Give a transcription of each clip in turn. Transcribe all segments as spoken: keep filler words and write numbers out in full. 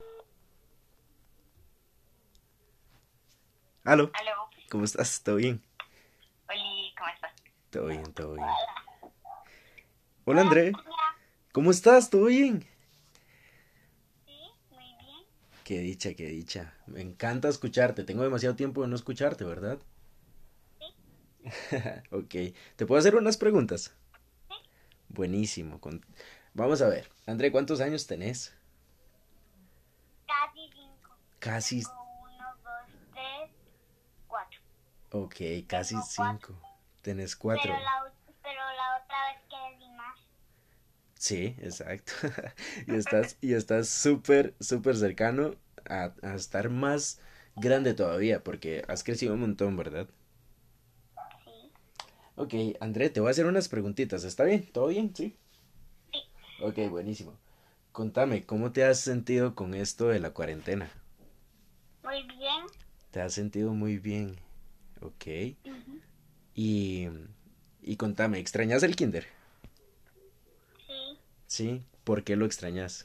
Aló, Aló, ¿cómo estás? ¿Todo bien? Oli, ¿cómo estás? Todo bien, todo bien. Hola André, ¿cómo estás? ¿Todo bien? Sí, muy bien. Qué dicha, qué dicha. Me encanta escucharte. Tengo demasiado tiempo de no escucharte, ¿verdad? Sí, Ok. ¿Te puedo hacer unas preguntas? sí. Buenísimo. con- Vamos a ver. André, ¿cuántos años tenés? Casi cinco. Casi... Tengo uno, dos, tres, cuatro. Ok, casi Tengo cuatro. cinco. Tenés Pero cuatro. la, u- pero la otra vez que di más. Sí, exacto. Y estás, y estás súper, súper cercano a, a estar más grande todavía, porque has crecido un montón, ¿verdad? Sí, Ok, André, te voy a hacer unas preguntitas. ¿Está bien? ¿Todo bien? Sí. sí. Ok, buenísimo. Contame, ¿cómo te has sentido con esto de la cuarentena? Muy bien. ¿Te has sentido muy bien? Ok. Ujú. Y, y contame, ¿extrañas el kinder? Sí, Sí. ¿Por qué lo extrañas?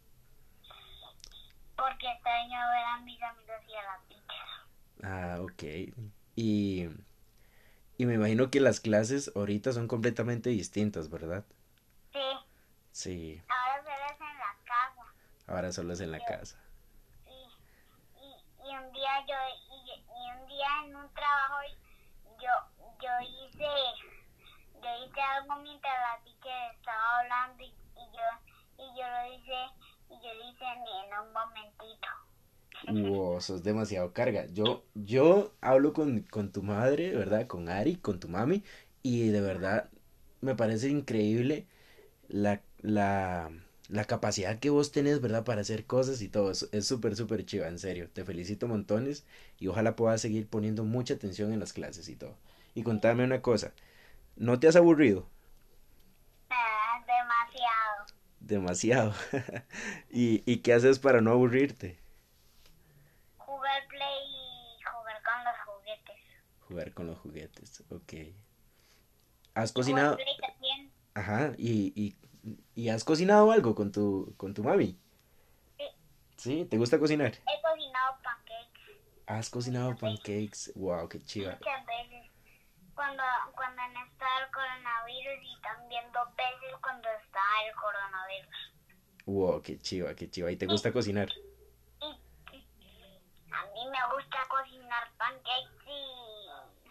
porque extraño ver a mis amigos y a la teacher. Ah, ok. Y, y me imagino que las clases ahorita son completamente distintas, ¿verdad? Sí, Sí. ahora solo es en la casa. Ahora solo es en la Yo, casa. y, y, y un día yo, y, y un día en un trabajo yo, yo hice yo hice algo mientras la teacher estaba hablando y, y yo y yo lo hice y yo lo hice en, en un momentito. Wow, sos demasiado carga. Yo, yo hablo con, con tu madre, ¿verdad? Con Ari, con tu mami, y de verdad me parece increíble la, la, la capacidad que vos tenés, ¿verdad? Para hacer cosas y todo. Es es súper, súper chiva, en serio. Te felicito montones y ojalá puedas seguir poniendo mucha atención en las clases y todo. Y contame una cosa, ¿no te has aburrido? Ah, demasiado. Demasiado. ¿Y, y qué haces para no aburrirte? Jugar play y jugar con los juguetes. Jugar con los juguetes, ok. ¿Has Y jugar cocinado? play también. Ajá, y, y, y has cocinado algo con tu, con tu mami. Sí, ¿Sí? ¿Te gusta cocinar? he cocinado pancakes ¿Has cocinado muchas veces. pancakes? Wow, qué chiva. Muchas veces. Cuando, cuando no estaba el coronavirus y también dos veces cuando estaba el coronavirus. Wow, qué chiva, qué chiva. ¿Y te Y, gusta cocinar? y, a mí me gusta cocinar pancakes y...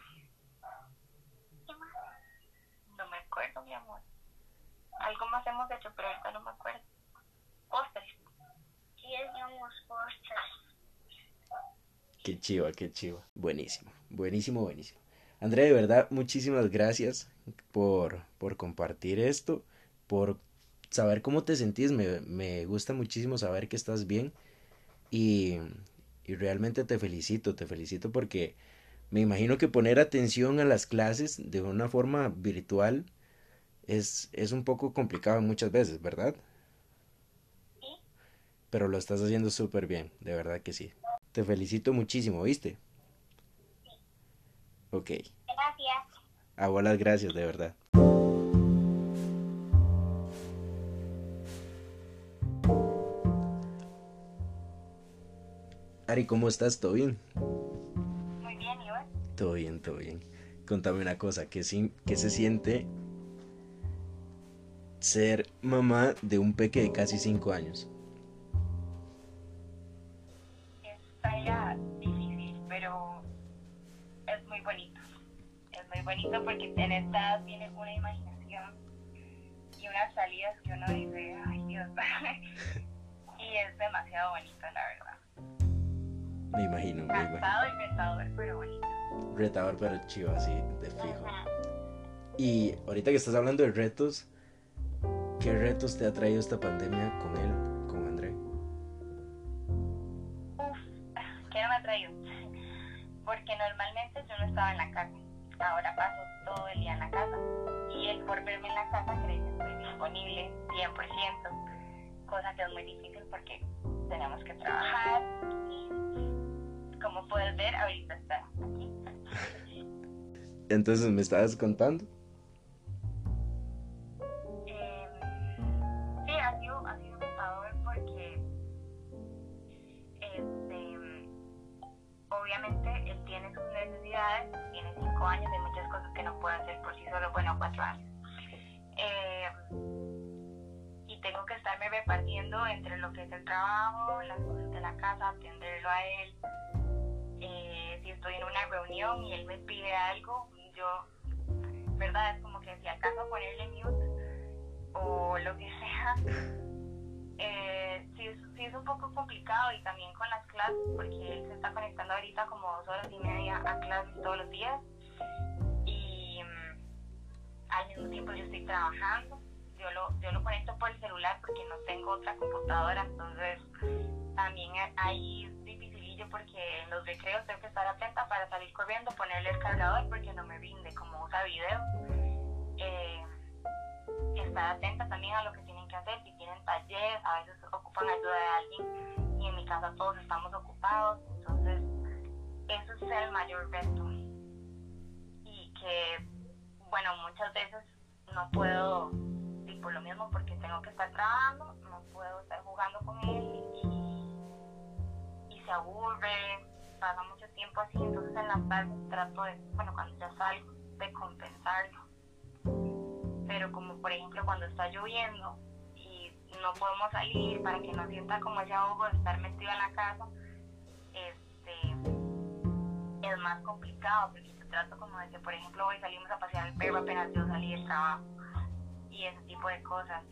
¿Qué más? No me acuerdo, mi amor. Algo más hemos hecho, pero ahorita no me acuerdo. Postres. Sí, hacíamos postres. Qué chiva, qué chiva. Buenísimo, buenísimo, buenísimo. Andrea, de verdad, muchísimas gracias por, por compartir esto, por saber cómo te sentís. Me, me gusta muchísimo saber que estás bien y, y realmente te felicito, te felicito porque me imagino que poner atención a las clases de una forma virtual es, es un poco complicado muchas veces, ¿verdad? Sí, Pero lo estás haciendo súper bien, de verdad que sí. Te felicito muchísimo, ¿viste? sí. Ok. Gracias. A vos las gracias, de verdad. Ari, ¿cómo estás? ¿Todo bien? Muy bien, Iván. Todo bien, todo bien. Contame una cosa, ¿qué, sin- qué se siente ser mamá de un peque de casi cinco años? Es tarea difícil, pero es muy bonito. Es muy bonito porque en esta edad tiene una imaginación y unas salidas que uno dice, ay Dios. Y es demasiado bonito, la verdad. Me imagino, me imagino. Cansado y retador, pero bonito. Retador, pero chivo, así, de fijo. Ajá. Y ahorita que estás hablando de retos, ¿qué retos te ha traído esta pandemia con él, con André? Uf, ¿qué no me ha traído? Porque normalmente yo no estaba en la casa. Ahora paso todo el día en la casa. Y el por verme en la casa cree que estoy disponible cien por ciento. Cosa que es muy difícil porque tenemos que trabajar. Y como puedes ver, ahorita está aquí. Entonces me estabas contando. Eh, sí, ha sido, ha sido agotador porque que no puede hacer por sí solo, bueno, cuatro años. Eh, y tengo que estarme repartiendo entre lo que es el trabajo, las cosas de la casa, atenderlo a él. Eh, si estoy en una reunión y él me pide algo, yo, verdad, es como que si alcanzo a ponerle mute o lo que sea, eh, sí, es, sí es un poco complicado, y también con las clases, porque él se está conectando ahorita como dos horas y media a clases todos los días, y um, al mismo tiempo yo estoy trabajando. Yo lo, yo lo conecto por el celular porque no tengo otra computadora, entonces también ahí es dificilillo porque en los recreos tengo que estar atenta para salir corriendo, ponerle el cargador porque no me rinde, como usa video. Eh, estar atenta también a lo que tienen que hacer, si tienen talleres, a veces ocupan ayuda de alguien y en mi casa todos estamos ocupados, entonces eso es el mayor reto. Y que, bueno, muchas veces no puedo, y por lo mismo porque tengo que estar trabajando, no puedo estar jugando con él y, y se aburre, pasa mucho tiempo así, entonces en las tardes trato de, bueno, cuando ya salgo, de compensarlo. Pero como por ejemplo cuando está lloviendo y no podemos salir para que no sienta como ese ahogo de estar metido en la casa, este, es más complicado porque yo trato como de que, por ejemplo, hoy salimos a pasear el perro apenas yo salí del trabajo y ese tipo de cosas.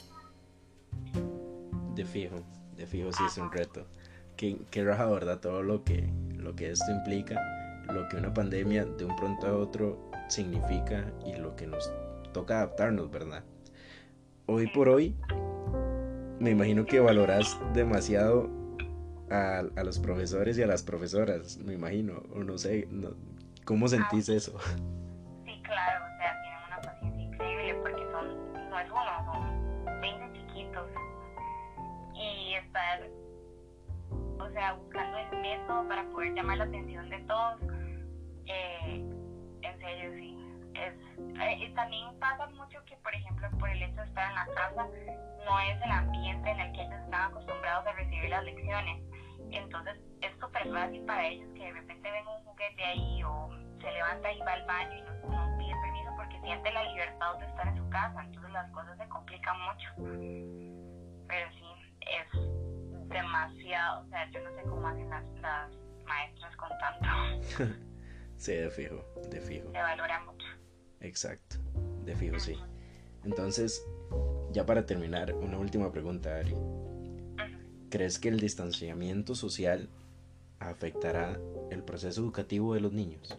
De fijo, de fijo sí es un reto. Qué, qué raja, ¿verdad? Todo lo que, lo que esto implica, lo que una pandemia de un pronto a otro significa y lo que nos toca adaptarnos, ¿verdad? Hoy por hoy, me imagino que valoras demasiado a, a los profesores y a las profesoras, me imagino, o no sé, no, ¿cómo sentís Ah, eso? sí, claro, o sea, tienen una paciencia increíble porque son, no es uno, son veinte chiquitos y estar, o sea, buscando el método para poder llamar la atención de todos, eh, en serio, sí. Es, eh, también pasa mucho que, por ejemplo, por el hecho de estar en la casa, no es el ambiente en el que ellos están acostumbrados a recibir las lecciones. Entonces es súper fácil para ellos que de repente ven un juguete ahí o se levanta y va al baño y no, no pide permiso porque siente la libertad de estar en su casa. Entonces las cosas se complican mucho. Pero sí, es demasiado. O sea, yo no sé cómo hacen las, las maestras con tanto. Sí, de fijo, de fijo. Se valora mucho. Exacto, de fijo sí. Entonces, ya para terminar, una última pregunta, Ari. ¿Crees que el distanciamiento social afectará el proceso educativo de los niños?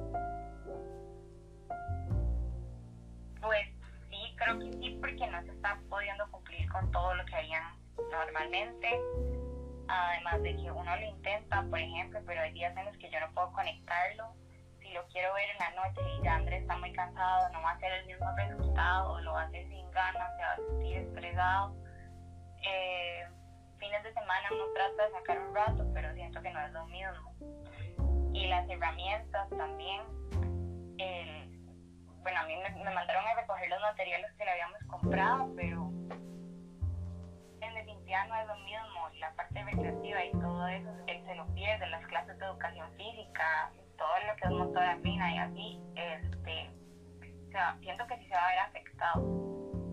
Pues sí, creo que sí, porque no se está pudiendo cumplir con todo lo que harían normalmente. Además de que uno lo intenta, por ejemplo, pero hay días en los que yo no puedo conectarlo. Si lo quiero ver en la noche y ya Andrés está muy cansado, no va a ser el mismo resultado, lo va a hacer sin ganas, se va a sentir estresado. Eh, fines de semana uno trata de sacar un rato, pero siento que no es lo mismo. Y las herramientas también. El, bueno, a mí me, me mandaron a recoger los materiales que le habíamos comprado, pero en definitiva no es lo mismo. La parte recreativa y todo eso, él se lo pierde, las clases de educación física, todo lo que es motora fina y así, este, o sea, siento que sí se va a ver afectado.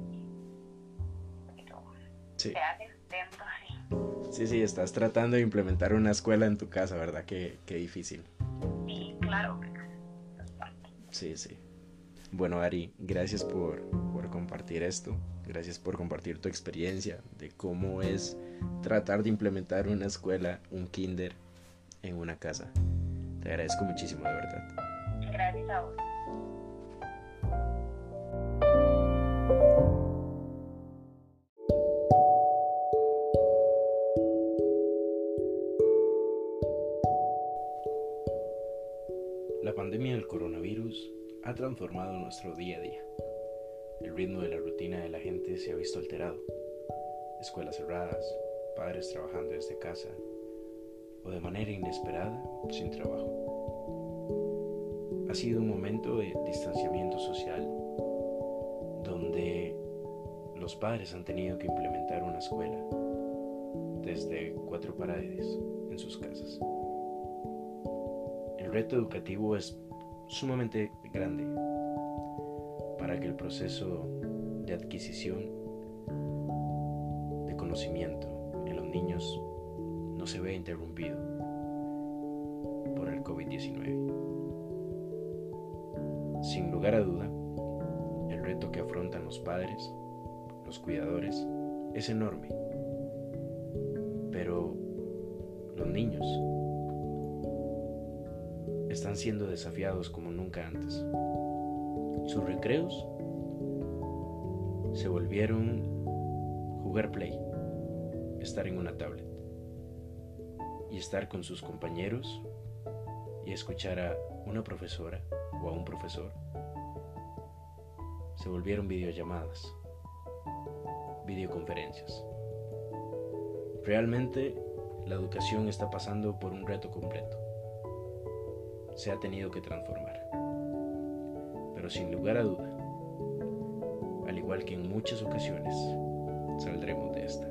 Sí. Se hace el intento, sí. Sí, sí, estás tratando de implementar una escuela en tu casa, ¿verdad? Qué, qué difícil. Sí, claro. Sí, sí. Bueno, Ari, gracias por, por compartir esto. Gracias por compartir tu experiencia de cómo es tratar de implementar una escuela, un kinder, en una casa. Te agradezco muchísimo, de verdad. Gracias a vos. La pandemia del coronavirus ha transformado nuestro día a día. El ritmo de la rutina de la gente se ha visto alterado. Escuelas cerradas, padres trabajando desde casa o de manera inesperada sin trabajo. Ha sido un momento de distanciamiento social donde los padres han tenido que implementar una escuela desde cuatro paredes en sus casas. El reto educativo es sumamente grande para que el proceso de adquisición de conocimiento en los niños no se vea interrumpido por el covid diecinueve. Sin lugar a duda, el reto que afrontan los padres, los cuidadores, es enorme, pero los niños están siendo desafiados como nunca antes. Sus recreos se volvieron jugar Play, estar en una tablet y estar con sus compañeros y escuchar a una profesora o a un profesor. Se volvieron videollamadas, videoconferencias. Realmente la educación está pasando por un reto completo. Se ha tenido que transformar. Pero sin lugar a duda, al igual que en muchas ocasiones, saldremos de esta.